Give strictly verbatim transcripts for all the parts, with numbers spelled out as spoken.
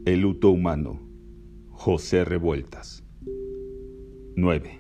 El luto humano. José Revueltas. nueve.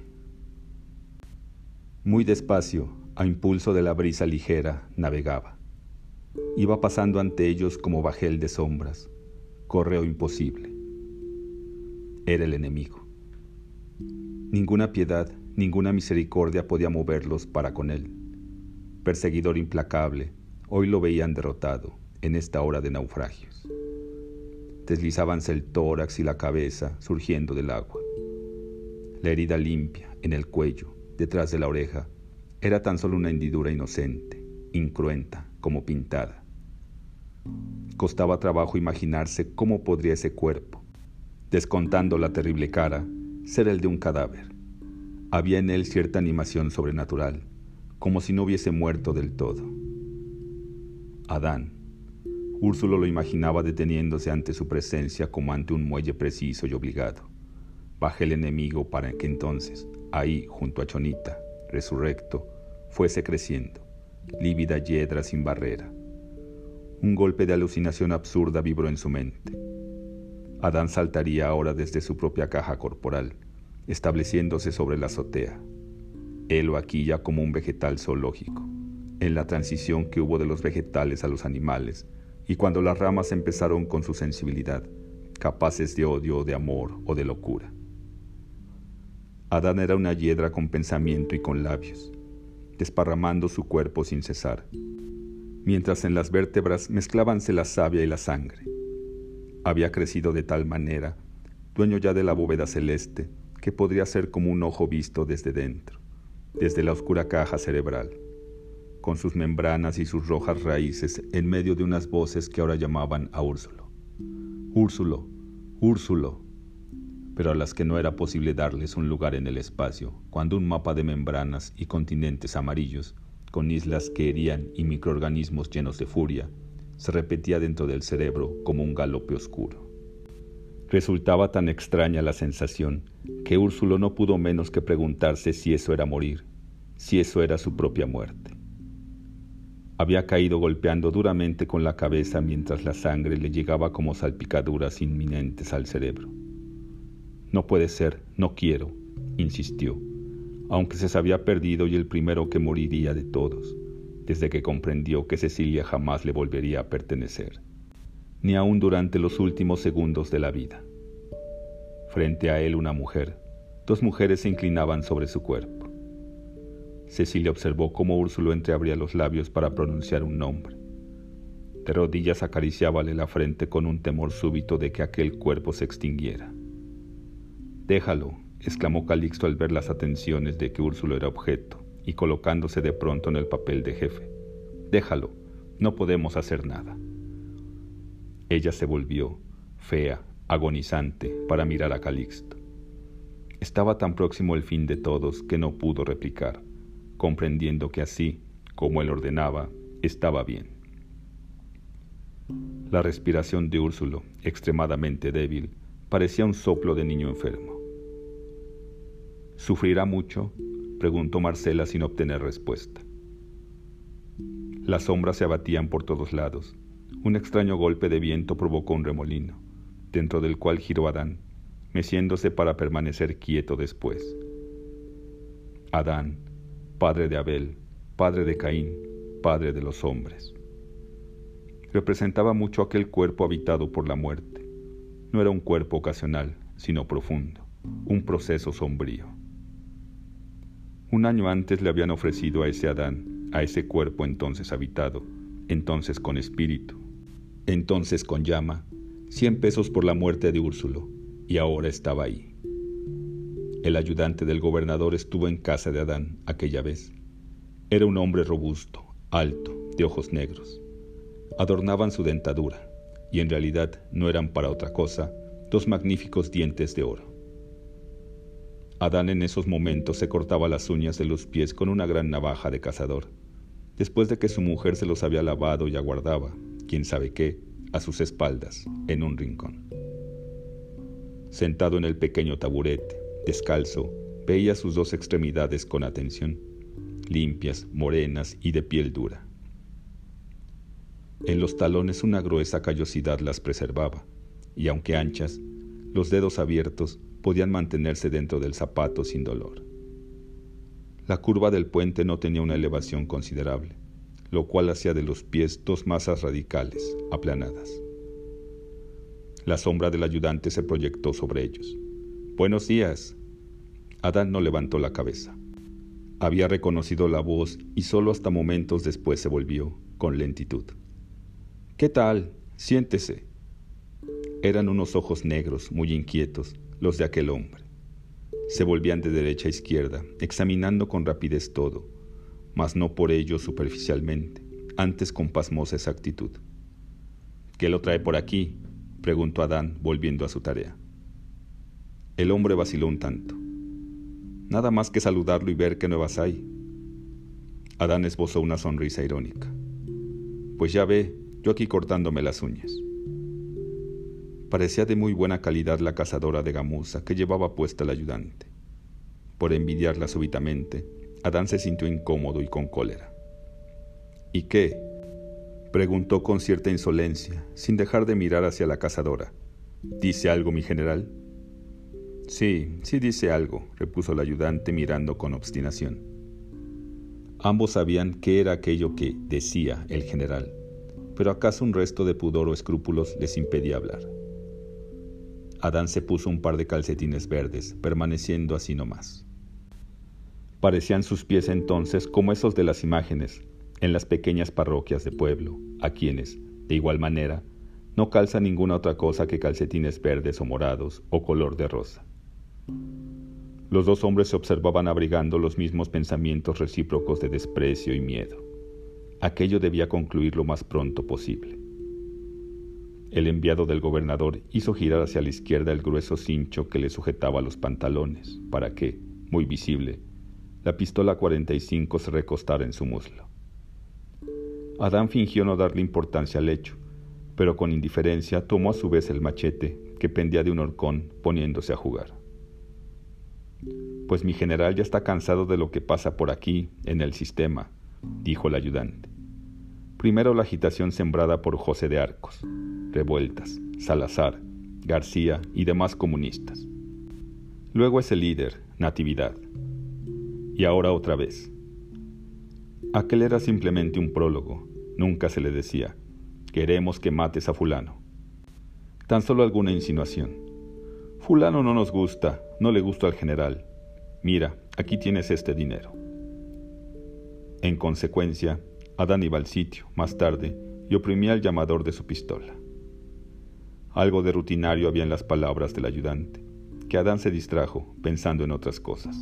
Muy despacio, a impulso de la brisa ligera, navegaba. Iba pasando ante ellos como bajel de sombras, correo imposible. Era el enemigo. Ninguna piedad, ninguna misericordia podía moverlos para con él. Perseguidor implacable, hoy lo veían derrotado en esta hora de naufragios. Deslizábanse el tórax y la cabeza surgiendo del agua. La herida limpia en el cuello, detrás de la oreja, era tan solo una hendidura inocente, incruenta, como pintada. Costaba trabajo imaginarse cómo podría ese cuerpo, descontando la terrible cara, ser el de un cadáver. Había en él cierta animación sobrenatural, como si no hubiese muerto del todo. Adán. Úrsulo lo imaginaba deteniéndose ante su presencia como ante un muelle preciso y obligado. Baje el enemigo para que entonces, ahí junto a Chonita, resurrecto, fuese creciendo, lívida hiedra sin barrera. Un golpe de alucinación absurda vibró en su mente. Adán saltaría ahora desde su propia caja corporal, estableciéndose sobre la azotea. Helo aquí ya como un vegetal zoológico, en la transición que hubo de los vegetales a los animales, y cuando las ramas empezaron con su sensibilidad, capaces de odio, de amor o de locura. Adán era una hiedra con pensamiento y con labios, desparramando su cuerpo sin cesar, mientras en las vértebras mezclábanse la savia y la sangre. Había crecido de tal manera, dueño ya de la bóveda celeste, que podría ser como un ojo visto desde dentro, desde la oscura caja cerebral, con sus membranas y sus rojas raíces en medio de unas voces que ahora llamaban a Úrsulo. Úrsulo, Úrsulo, pero a las que no era posible darles un lugar en el espacio, cuando un mapa de membranas y continentes amarillos, con islas que herían y microorganismos llenos de furia, se repetía dentro del cerebro como un galope oscuro. Resultaba tan extraña la sensación que Úrsulo no pudo menos que preguntarse si eso era morir, si eso era su propia muerte. Había caído golpeando duramente con la cabeza mientras la sangre le llegaba como salpicaduras inminentes al cerebro. No puede ser, no quiero, insistió, aunque se había perdido y el primero que moriría de todos, desde que comprendió que Cecilia jamás le volvería a pertenecer, ni aun durante los últimos segundos de la vida. Frente a él una mujer, dos mujeres se inclinaban sobre su cuerpo. Cecilia observó cómo Úrsulo entreabría los labios para pronunciar un nombre. De rodillas acariciábale la frente con un temor súbito de que aquel cuerpo se extinguiera. «Déjalo», exclamó Calixto al ver las atenciones de que Úrsulo era objeto y colocándose de pronto en el papel de jefe. «Déjalo, no podemos hacer nada». Ella se volvió, fea, agonizante, para mirar a Calixto. Estaba tan próximo el fin de todos que no pudo replicar, comprendiendo que así, como él ordenaba, estaba bien. La respiración de Úrsulo, extremadamente débil, parecía un soplo de niño enfermo. «¿Sufrirá mucho?», preguntó Marcela sin obtener respuesta. Las sombras se abatían por todos lados. Un extraño golpe de viento provocó un remolino, dentro del cual giró Adán, meciéndose para permanecer quieto después. Adán, padre de Abel, padre de Caín, padre de los hombres. Representaba mucho aquel cuerpo habitado por la muerte. No era un cuerpo ocasional, sino profundo, un proceso sombrío. Un año antes le habían ofrecido a ese Adán, a ese cuerpo entonces habitado, entonces con espíritu, entonces con llama, cien pesos por la muerte de Úrsulo, y ahora estaba ahí. El ayudante del gobernador estuvo en casa de Adán aquella vez. Era un hombre robusto, alto, de ojos negros. Adornaban su dentadura, y en realidad no eran para otra cosa dos magníficos dientes de oro. Adán en esos momentos se cortaba las uñas de los pies con una gran navaja de cazador, después de que su mujer se los había lavado y aguardaba, quién sabe qué, a sus espaldas, en un rincón. Sentado en el pequeño taburete, descalzo, veía sus dos extremidades con atención, limpias, morenas y de piel dura. En los talones una gruesa callosidad las preservaba, y aunque anchas, los dedos abiertos podían mantenerse dentro del zapato sin dolor. La curva del puente no tenía una elevación considerable, lo cual hacía de los pies dos masas radicales, aplanadas. La sombra del ayudante se proyectó sobre ellos. «Buenos días». Adán no levantó la cabeza. Había reconocido la voz y solo hasta momentos después se volvió, con lentitud. «¿Qué tal? Siéntese». Eran unos ojos negros, muy inquietos, los de aquel hombre. Se volvían de derecha a izquierda, examinando con rapidez todo, mas no por ello superficialmente, antes con pasmosa exactitud. «¿Qué lo trae por aquí?», preguntó Adán, volviendo a su tarea. El hombre vaciló un tanto. «Nada más que saludarlo y ver qué nuevas hay». Adán esbozó una sonrisa irónica. «Pues ya ve, yo aquí cortándome las uñas». Parecía de muy buena calidad la cazadora de gamuza que llevaba puesta el ayudante. Por envidiarla súbitamente, Adán se sintió incómodo y con cólera. «¿Y qué?», preguntó con cierta insolencia, sin dejar de mirar hacia la cazadora. «¿Dice algo, mi general?». «Sí, sí dice algo», repuso el ayudante mirando con obstinación. Ambos sabían qué era aquello que decía el general, pero acaso un resto de pudor o escrúpulos les impedía hablar. Adán se puso un par de calcetines verdes, permaneciendo así nomás. Parecían sus pies entonces como esos de las imágenes en las pequeñas parroquias de pueblo, a quienes, de igual manera, no calza ninguna otra cosa que calcetines verdes o morados o color de rosa. Los dos hombres se observaban abrigando los mismos pensamientos recíprocos de desprecio y miedo. Aquello debía concluir lo más pronto posible. El enviado del gobernador hizo girar hacia la izquierda el grueso cincho que le sujetaba los pantalones, para que, muy visible, la pistola cuarenta y cinco se recostara en su muslo. Adán fingió no darle importancia al hecho, pero con indiferencia tomó a su vez el machete que pendía de un horcón, poniéndose a jugar. «Pues mi general ya está cansado de lo que pasa por aquí, en el sistema», dijo el ayudante. «Primero la agitación sembrada por José de Arcos, Revueltas, Salazar, García y demás comunistas. Luego ese líder, Natividad. Y ahora otra vez. Aquel era simplemente un prólogo, nunca se le decía, queremos que mates a fulano. Tan solo alguna insinuación. Fulano no nos gusta, no le gusta al general. Mira, aquí tienes este dinero». En consecuencia, Adán iba al sitio, más tarde, y oprimía el llamador de su pistola. Algo de rutinario había en las palabras del ayudante, que Adán se distrajo, pensando en otras cosas.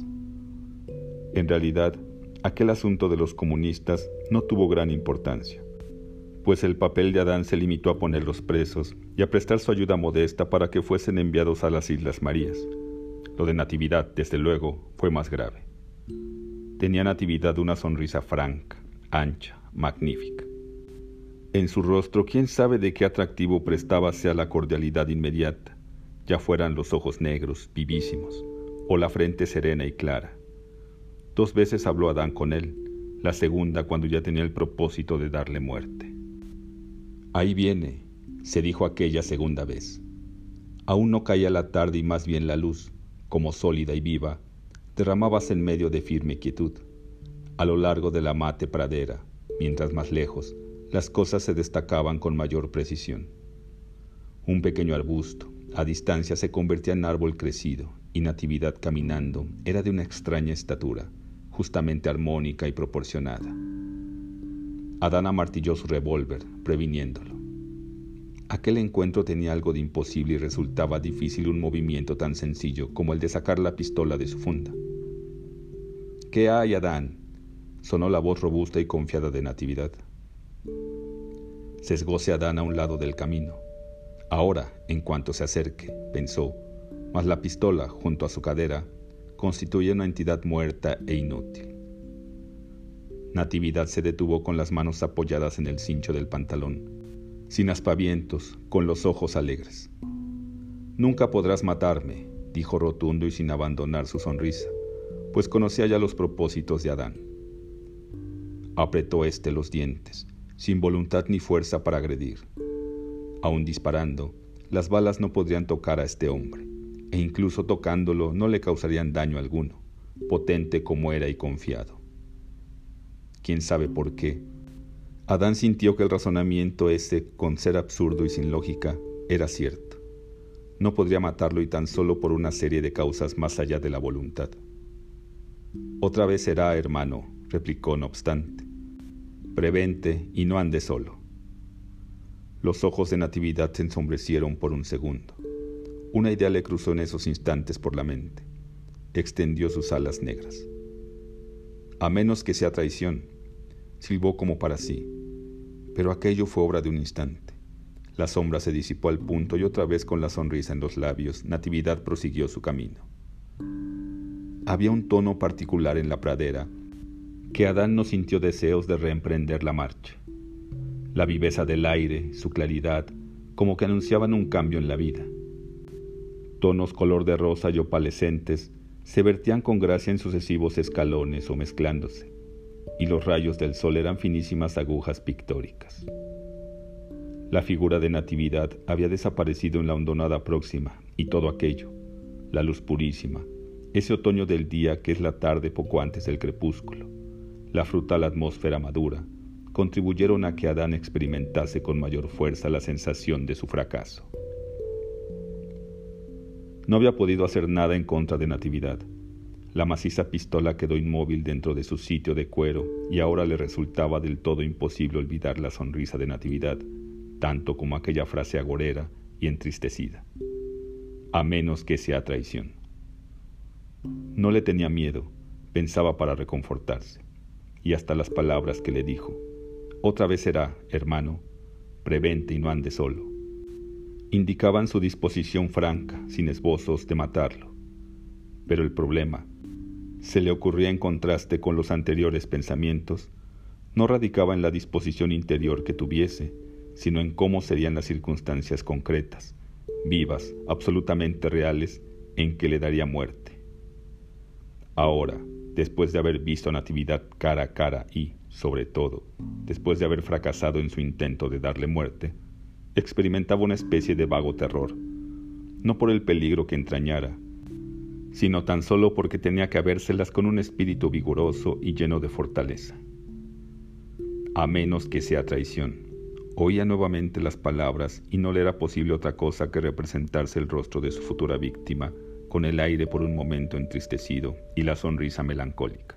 En realidad, aquel asunto de los comunistas no tuvo gran importancia, pues el papel de Adán se limitó a ponerlos presos y a prestar su ayuda modesta para que fuesen enviados a las Islas Marías. Lo de Natividad, desde luego, fue más grave. Tenía Natividad una sonrisa franca, ancha, magnífica. En su rostro, quién sabe de qué atractivo prestábase a la cordialidad inmediata, ya fueran los ojos negros, vivísimos, o la frente serena y clara. Dos veces habló Adán con él, la segunda cuando ya tenía el propósito de darle muerte. «Ahí viene», se dijo aquella segunda vez. Aún no caía la tarde y más bien la luz, como sólida y viva, derramábase en medio de firme quietud, a lo largo de la mate pradera, mientras más lejos, las cosas se destacaban con mayor precisión. Un pequeño arbusto, a distancia, se convertía en árbol crecido, y Natividad caminando era de una extraña estatura, justamente armónica y proporcionada. Adán amartilló su revólver, previniéndolo. Aquel encuentro tenía algo de imposible y resultaba difícil un movimiento tan sencillo como el de sacar la pistola de su funda. «¿Qué hay, Adán?», sonó la voz robusta y confiada de Natividad. Sesgóse Adán a un lado del camino. Ahora, en cuanto se acerque, pensó, mas la pistola, junto a su cadera, constituía una entidad muerta e inútil. Natividad se detuvo con las manos apoyadas en el cincho del pantalón, sin aspavientos, con los ojos alegres. «Nunca podrás matarme», dijo rotundo y sin abandonar su sonrisa, pues conocía ya los propósitos de Adán. Apretó éste los dientes, sin voluntad ni fuerza para agredir. Aún disparando, las balas no podrían tocar a este hombre, e incluso tocándolo no le causarían daño alguno, potente como era y confiado. ¿Quién sabe por qué? Adán sintió que el razonamiento ese, con ser absurdo y sin lógica, era cierto. No podría matarlo y tan solo por una serie de causas más allá de la voluntad. Otra vez será, hermano, replicó no obstante. Prevente y no ande solo. Los ojos de Natividad se ensombrecieron por un segundo. Una idea le cruzó en esos instantes por la mente. Extendió sus alas negras. A menos que sea traición, silbó como para sí. Pero aquello fue obra de un instante. La sombra se disipó al punto y otra vez con la sonrisa en los labios, Natividad prosiguió su camino. Había un tono particular en la pradera que Adán no sintió deseos de reemprender la marcha. La viveza del aire, su claridad, como que anunciaban un cambio en la vida. Tonos color de rosa y opalescentes se vertían con gracia en sucesivos escalones o mezclándose, y los rayos del sol eran finísimas agujas pictóricas. La figura de Natividad había desaparecido en la hondonada próxima, y todo aquello, la luz purísima, ese otoño del día que es la tarde poco antes del crepúsculo, la frutal atmósfera madura, contribuyeron a que Adán experimentase con mayor fuerza la sensación de su fracaso. No había podido hacer nada en contra de Natividad. La maciza pistola quedó inmóvil dentro de su sitio de cuero y ahora le resultaba del todo imposible olvidar la sonrisa de Natividad, tanto como aquella frase agorera y entristecida. A menos que sea traición. No le tenía miedo, pensaba para reconfortarse, y hasta las palabras que le dijo, otra vez será, hermano, prevente y no ande solo, indicaban su disposición franca, sin esbozos, de matarlo. Pero el problema, se le ocurría en contraste con los anteriores pensamientos, no radicaba en la disposición interior que tuviese, sino en cómo serían las circunstancias concretas, vivas, absolutamente reales, en que le daría muerte. Ahora, después de haber visto a Natividad cara a cara y, sobre todo, después de haber fracasado en su intento de darle muerte, experimentaba una especie de vago terror, no por el peligro que entrañara, sino tan solo porque tenía que habérselas con un espíritu vigoroso y lleno de fortaleza. A menos que sea traición, oía nuevamente las palabras y no le era posible otra cosa que representarse el rostro de su futura víctima, con el aire por un momento entristecido y la sonrisa melancólica.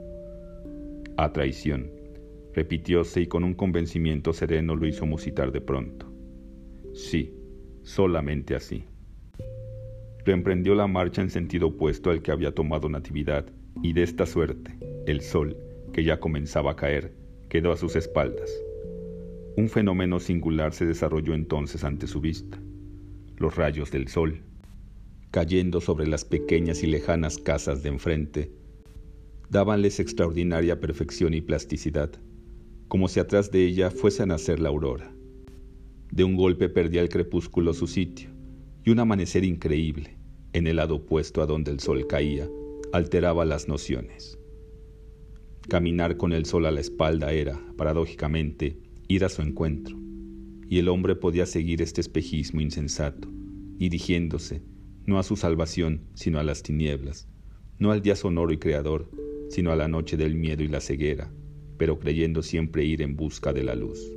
A traición, repitióse y con un convencimiento sereno lo hizo musitar de pronto. Sí, solamente así. Reemprendió la marcha en sentido opuesto al que había tomado Natividad, y de esta suerte, el sol, que ya comenzaba a caer, quedó a sus espaldas. Un fenómeno singular se desarrolló entonces ante su vista. Los rayos del sol, cayendo sobre las pequeñas y lejanas casas de enfrente, dábanles extraordinaria perfección y plasticidad, como si atrás de ella fuese a nacer la aurora. De un golpe perdía el crepúsculo su sitio, y un amanecer increíble, en el lado opuesto a donde el sol caía, alteraba las nociones. Caminar con el sol a la espalda era, paradójicamente, ir a su encuentro, y el hombre podía seguir este espejismo insensato, dirigiéndose, no a su salvación, sino a las tinieblas, no al día sonoro y creador, sino a la noche del miedo y la ceguera, pero creyendo siempre ir en busca de la luz.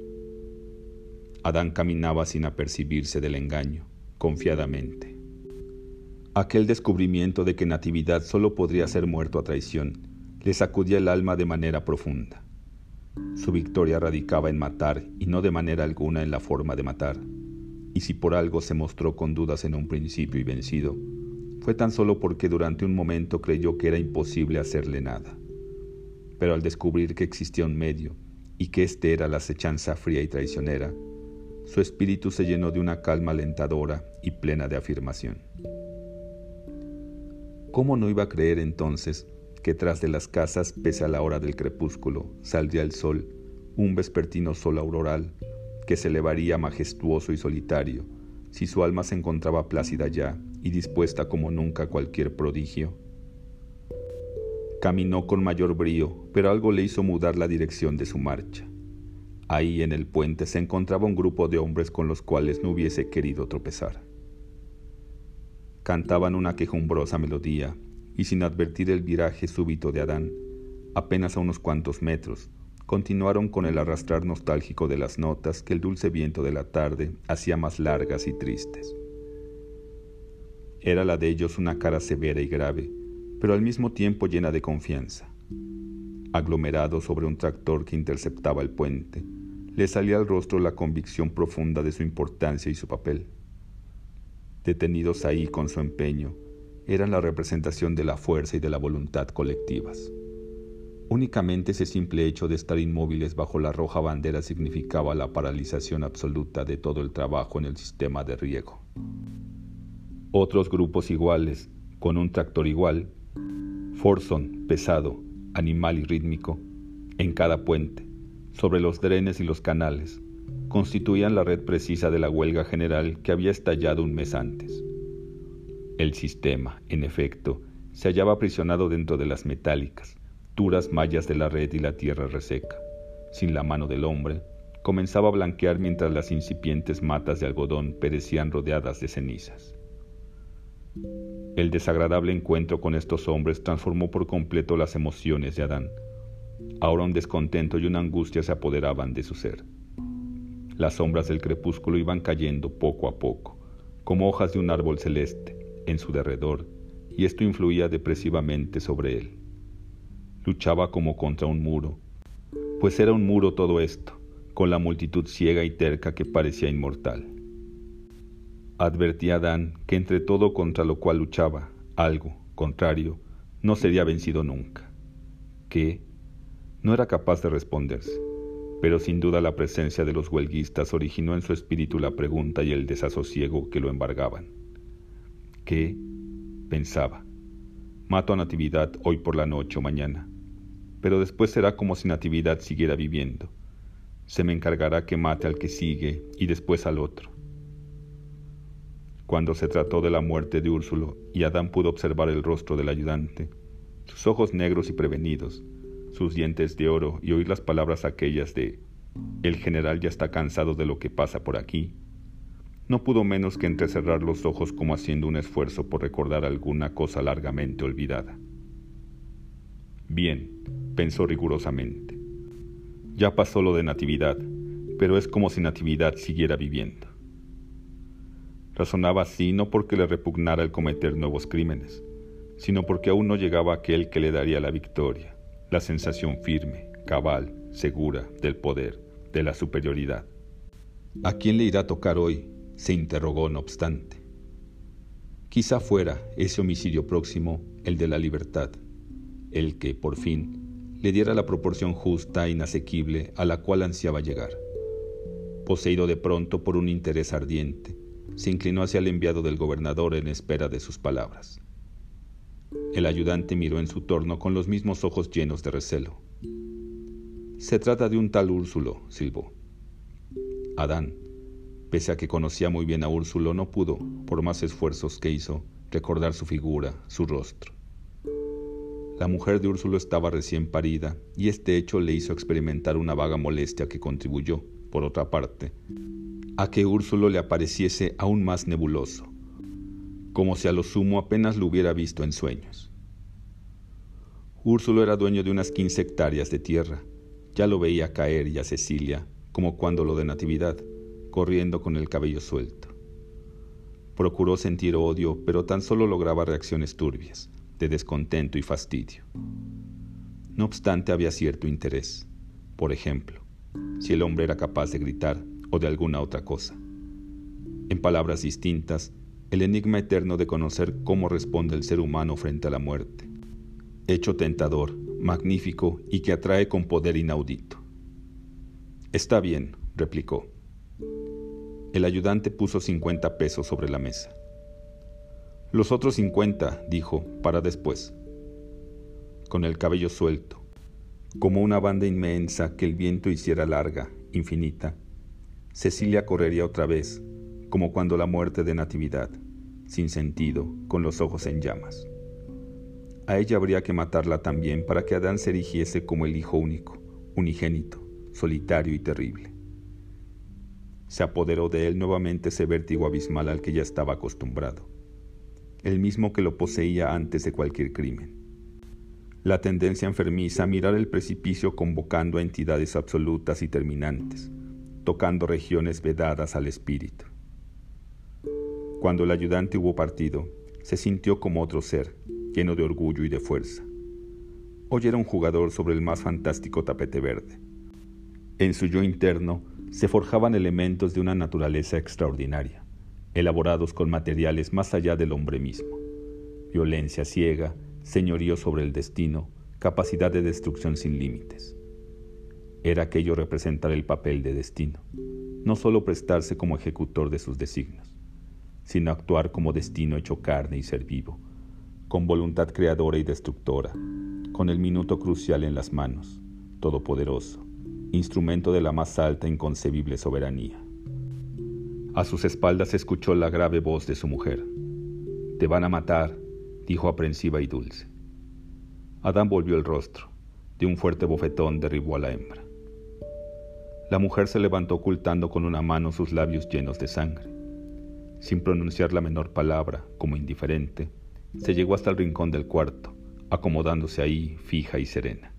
Adán caminaba sin apercibirse del engaño, confiadamente. Aquel descubrimiento de que Natividad solo podría ser muerto a traición le sacudía el alma de manera profunda. Su victoria radicaba en matar y no de manera alguna en la forma de matar, y si por algo se mostró con dudas en un principio y vencido, fue tan solo porque durante un momento creyó que era imposible hacerle nada. Pero al descubrir que existía un medio y que éste era la acechanza fría y traicionera, su espíritu se llenó de una calma alentadora y plena de afirmación. ¿Cómo no iba a creer entonces que tras de las casas, pese a la hora del crepúsculo, saldría el sol, un vespertino sol auroral, que se elevaría majestuoso y solitario, si su alma se encontraba plácida ya y dispuesta como nunca a cualquier prodigio? Caminó con mayor brío, pero algo le hizo mudar la dirección de su marcha. Ahí en el puente se encontraba un grupo de hombres con los cuales no hubiese querido tropezar. Cantaban una quejumbrosa melodía, y sin advertir el viraje súbito de Adán, apenas a unos cuantos metros, continuaron con el arrastrar nostálgico de las notas que el dulce viento de la tarde hacía más largas y tristes. Era la de ellos una cara severa y grave, pero al mismo tiempo llena de confianza. Aglomerado sobre un tractor que interceptaba el puente, le salía al rostro la convicción profunda de su importancia y su papel. Detenidos ahí con su empeño, eran la representación de la fuerza y de la voluntad colectivas. Únicamente ese simple hecho de estar inmóviles bajo la roja bandera significaba la paralización absoluta de todo el trabajo en el sistema de riego. Otros grupos iguales, con un tractor igual, forzón, pesado, animal y rítmico, en cada puente, sobre los drenes y los canales, constituían la red precisa de la huelga general que había estallado un mes antes. El sistema, en efecto, se hallaba aprisionado dentro de las metálicas, duras mallas de la red y la tierra reseca. Sin la mano del hombre, comenzaba a blanquear mientras las incipientes matas de algodón perecían rodeadas de cenizas. El desagradable encuentro con estos hombres transformó por completo las emociones de Adán. Ahora un descontento y una angustia se apoderaban de su ser. Las sombras del crepúsculo iban cayendo poco a poco, como hojas de un árbol celeste, en su derredor, y esto influía depresivamente sobre él. Luchaba como contra un muro, pues era un muro todo esto, con la multitud ciega y terca que parecía inmortal. Advertía a Adán que entre todo contra lo cual luchaba, algo, contrario, no sería vencido nunca. ¿Qué? No era capaz de responderse, pero sin duda la presencia de los huelguistas originó en su espíritu la pregunta y el desasosiego que lo embargaban. ¿Qué? Pensaba. Mato a Natividad hoy por la noche o mañana, pero después será como si Natividad siguiera viviendo. Se me encargará que mate al que sigue y después al otro. Cuando se trató de la muerte de Úrsulo y Adán pudo observar el rostro del ayudante, sus ojos negros y prevenidos, sus dientes de oro y oír las palabras aquellas de «El general ya está cansado de lo que pasa por aquí», no pudo menos que entrecerrar los ojos como haciendo un esfuerzo por recordar alguna cosa largamente olvidada. Bien, pensó rigurosamente. Ya pasó lo de Natividad, pero es como si Natividad siguiera viviendo. Razonaba así no porque le repugnara el cometer nuevos crímenes, sino porque aún no llegaba aquel que le daría la victoria, la sensación firme, cabal, segura del poder, de la superioridad. ¿A quién le irá a tocar hoy?, se interrogó no obstante. Quizá fuera ese homicidio próximo el de la libertad, el que, por fin, le diera la proporción justa e inasequible a la cual ansiaba llegar. Poseído de pronto por un interés ardiente, se inclinó hacia el enviado del gobernador en espera de sus palabras. El ayudante miró en su torno con los mismos ojos llenos de recelo. «Se trata de un tal Úrsulo», silbó. Adán, pese a que conocía muy bien a Úrsulo, no pudo, por más esfuerzos que hizo, recordar su figura, su rostro. La mujer de Úrsulo estaba recién parida, y este hecho le hizo experimentar una vaga molestia que contribuyó, por otra parte, a que Úrsulo le apareciese aún más nebuloso, como si a lo sumo apenas lo hubiera visto en sueños. Úrsulo era dueño de unas quince hectáreas de tierra. Ya lo veía caer y a Cecilia, como cuando lo de Natividad, corriendo con el cabello suelto. Procuró sentir odio, pero tan solo lograba reacciones turbias, de descontento y fastidio. No obstante, había cierto interés. Por ejemplo, si el hombre era capaz de gritar o de alguna otra cosa. En palabras distintas, el enigma eterno de conocer cómo responde el ser humano frente a la muerte. Hecho tentador, magnífico y que atrae con poder inaudito. «Está bien», replicó. El ayudante puso cincuenta pesos sobre la mesa. «Los otros cincuenta», dijo, «para después». Con el cabello suelto, como una banda inmensa que el viento hiciera larga, infinita, Cecilia correría otra vez, como cuando la muerte de Natividad, sin sentido, con los ojos en llamas. A ella habría que matarla también para que Adán se erigiese como el hijo único, unigénito, solitario y terrible. Se apoderó de él nuevamente ese vértigo abismal al que ya estaba acostumbrado, el mismo que lo poseía antes de cualquier crimen. La tendencia enfermiza a mirar el precipicio convocando a entidades absolutas y terminantes, tocando regiones vedadas al espíritu. Cuando el ayudante hubo partido, se sintió como otro ser, lleno de orgullo y de fuerza. Hoy era un jugador sobre el más fantástico tapete verde. En su yo interno se forjaban elementos de una naturaleza extraordinaria, elaborados con materiales más allá del hombre mismo. Violencia ciega, señorío sobre el destino, capacidad de destrucción sin límites. Era aquello representar el papel de destino, no solo prestarse como ejecutor de sus designios, sino actuar como destino hecho carne y ser vivo, con voluntad creadora y destructora, con el minuto crucial en las manos, todopoderoso, instrumento de la más alta e inconcebible soberanía. A sus espaldas se escuchó la grave voz de su mujer. «Te van a matar», dijo aprensiva y dulce. Adán volvió el rostro. De un fuerte bofetón derribó a la hembra. La mujer se levantó ocultando con una mano sus labios llenos de sangre. Sin pronunciar la menor palabra, como indiferente, se llegó hasta el rincón del cuarto, acomodándose ahí fija y serena.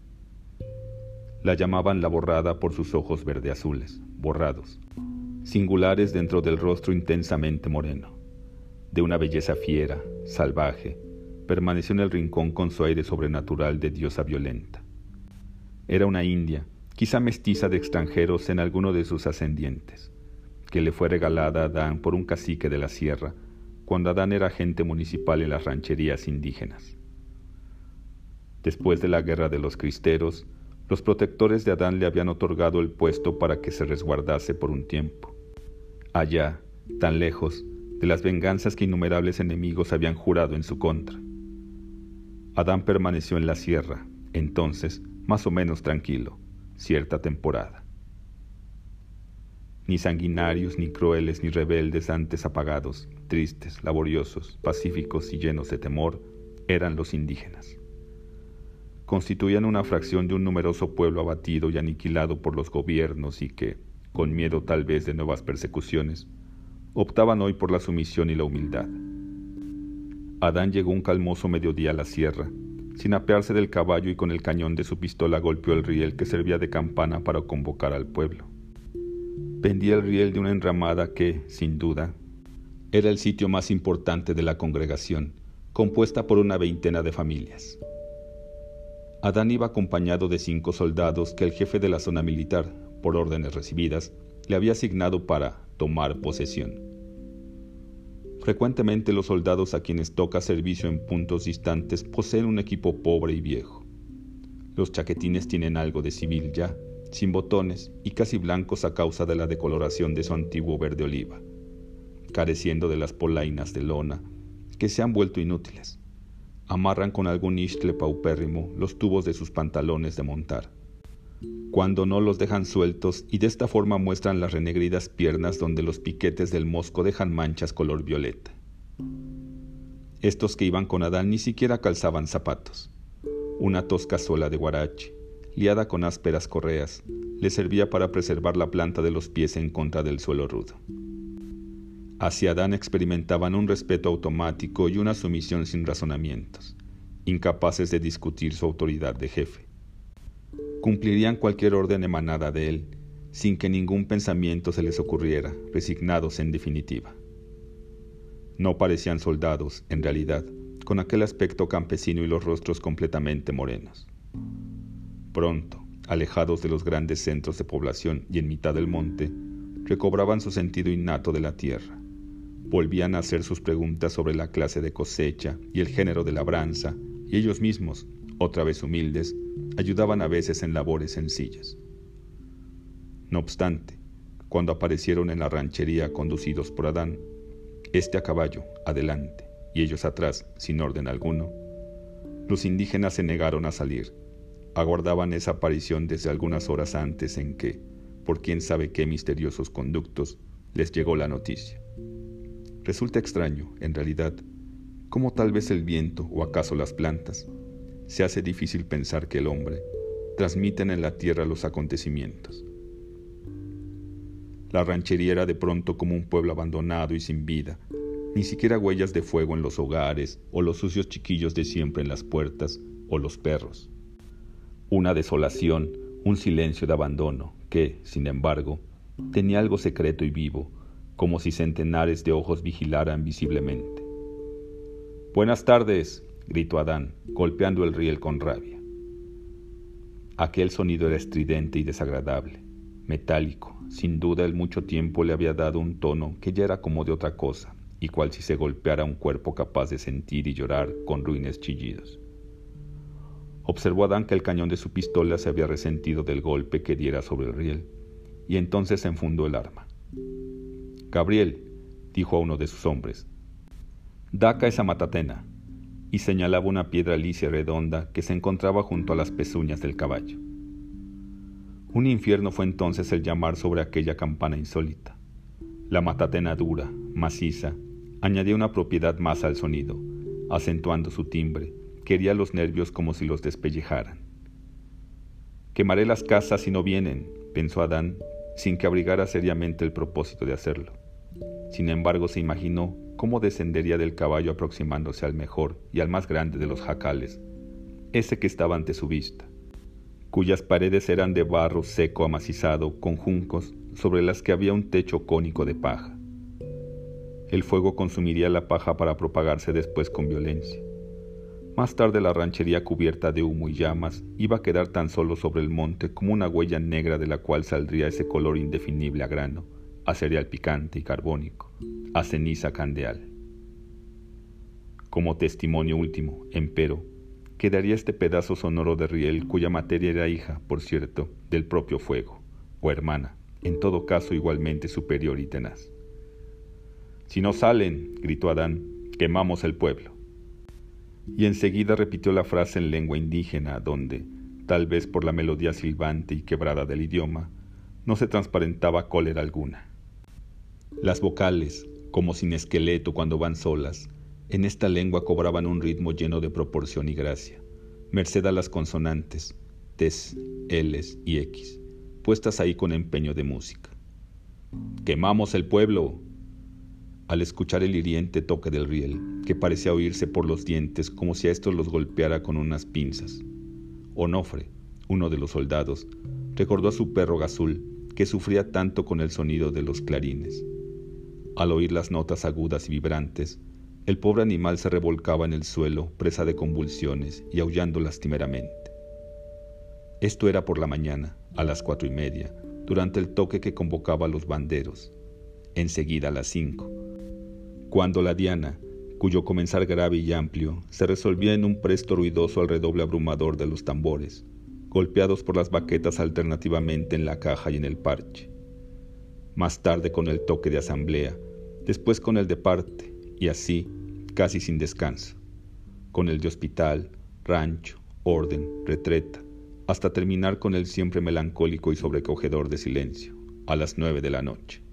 La llamaban la borrada por sus ojos verde-azules, borrados, singulares dentro del rostro intensamente moreno. De una belleza fiera, salvaje, permaneció en el rincón con su aire sobrenatural de diosa violenta. Era una india, quizá mestiza de extranjeros en alguno de sus ascendientes, que le fue regalada a Adán por un cacique de la sierra, cuando Adán era agente municipal en las rancherías indígenas. Después de la guerra de los cristeros, los protectores de Adán le habían otorgado el puesto para que se resguardase por un tiempo. Allá, tan lejos, de las venganzas que innumerables enemigos habían jurado en su contra. Adán permaneció en la sierra, entonces, más o menos tranquilo, cierta temporada. Ni sanguinarios, ni crueles, ni rebeldes, antes apagados, tristes, laboriosos, pacíficos y llenos de temor, eran los indígenas. Constituían una fracción de un numeroso pueblo abatido y aniquilado por los gobiernos y que, con miedo tal vez de nuevas persecuciones, optaban hoy por la sumisión y la humildad. Adán llegó un calmoso mediodía a la sierra. Sin apearse del caballo y con el cañón de su pistola golpeó el riel que servía de campana para convocar al pueblo. Pendía el riel de una enramada que, sin duda, era el sitio más importante de la congregación, compuesta por una veintena de familias. Adán iba acompañado de cinco soldados que el jefe de la zona militar, por órdenes recibidas, le había asignado para tomar posesión. Frecuentemente los soldados a quienes toca servicio en puntos distantes poseen un equipo pobre y viejo. Los chaquetines tienen algo de civil ya, sin botones y casi blancos a causa de la decoloración de su antiguo verde oliva, careciendo de las polainas de lona, que se han vuelto inútiles. Amarran con algún istle paupérrimo los tubos de sus pantalones de montar, cuando no los dejan sueltos, y de esta forma muestran las renegridas piernas donde los piquetes del mosco dejan manchas color violeta. Estos que iban con Adán ni siquiera calzaban zapatos. Una tosca suela de guarache, liada con ásperas correas, le servía para preservar la planta de los pies en contra del suelo rudo. Hacia Adán experimentaban un respeto automático y una sumisión sin razonamientos, incapaces de discutir su autoridad de jefe. Cumplirían cualquier orden emanada de él, sin que ningún pensamiento se les ocurriera, resignados en definitiva. No parecían soldados, en realidad, con aquel aspecto campesino y los rostros completamente morenos. Pronto, alejados de los grandes centros de población y en mitad del monte, recobraban su sentido innato de la tierra. Volvían a hacer sus preguntas sobre la clase de cosecha y el género de labranza, y ellos mismos, otra vez humildes, ayudaban a veces en labores sencillas. No obstante, cuando aparecieron en la ranchería conducidos por Adán, este a caballo, adelante, y ellos atrás, sin orden alguno, los indígenas se negaron a salir. Aguardaban esa aparición desde algunas horas antes en que, por quién sabe qué misteriosos conductos, les llegó la noticia. Resulta extraño, en realidad, cómo tal vez el viento o acaso las plantas, se hace difícil pensar que el hombre, transmiten en la tierra los acontecimientos. La ranchería era de pronto como un pueblo abandonado y sin vida, ni siquiera huellas de fuego en los hogares, o los sucios chiquillos de siempre en las puertas, o los perros. Una desolación, un silencio de abandono, que, sin embargo, tenía algo secreto y vivo, como si centenares de ojos vigilaran visiblemente. «Buenas tardes», gritó Adán, golpeando el riel con rabia. Aquel sonido era estridente y desagradable, metálico. Sin duda el mucho tiempo le había dado un tono que ya era como de otra cosa, y cual si se golpeara un cuerpo capaz de sentir y llorar con ruines chillidos. Observó Adán que el cañón de su pistola se había resentido del golpe que diera sobre el riel, y entonces enfundó el arma. «Gabriel», dijo a uno de sus hombres, «da acá esa matatena», y señalaba una piedra lisa y redonda que se encontraba junto a las pezuñas del caballo. Un infierno fue entonces el llamar sobre aquella campana insólita. La matatena dura, maciza, añadía una propiedad más al sonido, acentuando su timbre, que hería los nervios como si los despellejaran. «Quemaré las casas si no vienen», pensó Adán, sin que abrigara seriamente el propósito de hacerlo. Sin embargo, se imaginó cómo descendería del caballo aproximándose al mejor y al más grande de los jacales, ese que estaba ante su vista, cuyas paredes eran de barro seco amacizado con juncos sobre las que había un techo cónico de paja. El fuego consumiría la paja para propagarse después con violencia. Más tarde la ranchería cubierta de humo y llamas iba a quedar tan solo sobre el monte como una huella negra de la cual saldría ese color indefinible a grano, a cereal picante y carbónico, a ceniza candeal. Como testimonio último, empero, quedaría este pedazo sonoro de riel cuya materia era hija, por cierto, del propio fuego, o hermana, en todo caso igualmente superior y tenaz. «Si no salen», gritó Adán, «quemamos el pueblo». Y enseguida repitió la frase en lengua indígena, donde, tal vez por la melodía silbante y quebrada del idioma, no se transparentaba cólera alguna. Las vocales, como sin esqueleto cuando van solas, en esta lengua cobraban un ritmo lleno de proporción y gracia, merced a las consonantes, tes, eles y equis, puestas ahí con empeño de música. «¡Quemamos el pueblo!». Al escuchar el hiriente toque del riel, que parecía oírse por los dientes como si a estos los golpeara con unas pinzas, Onofre, uno de los soldados, recordó a su perro Gazul, que sufría tanto con el sonido de los clarines. Al oír las notas agudas y vibrantes, el pobre animal se revolcaba en el suelo, presa de convulsiones y aullando lastimeramente. Esto era por la mañana, a las cuatro y media, durante el toque que convocaba a los banderos. Enseguida a las cinco, cuando la diana, cuyo comenzar grave y amplio se resolvía en un presto ruidoso al redoble abrumador de los tambores, golpeados por las baquetas alternativamente en la caja y en el parche. Más tarde con el toque de asamblea, después con el de parte, y así, casi sin descanso, con el de hospital, rancho, orden, retreta, hasta terminar con el siempre melancólico y sobrecogedor de silencio, a las nueve de la noche.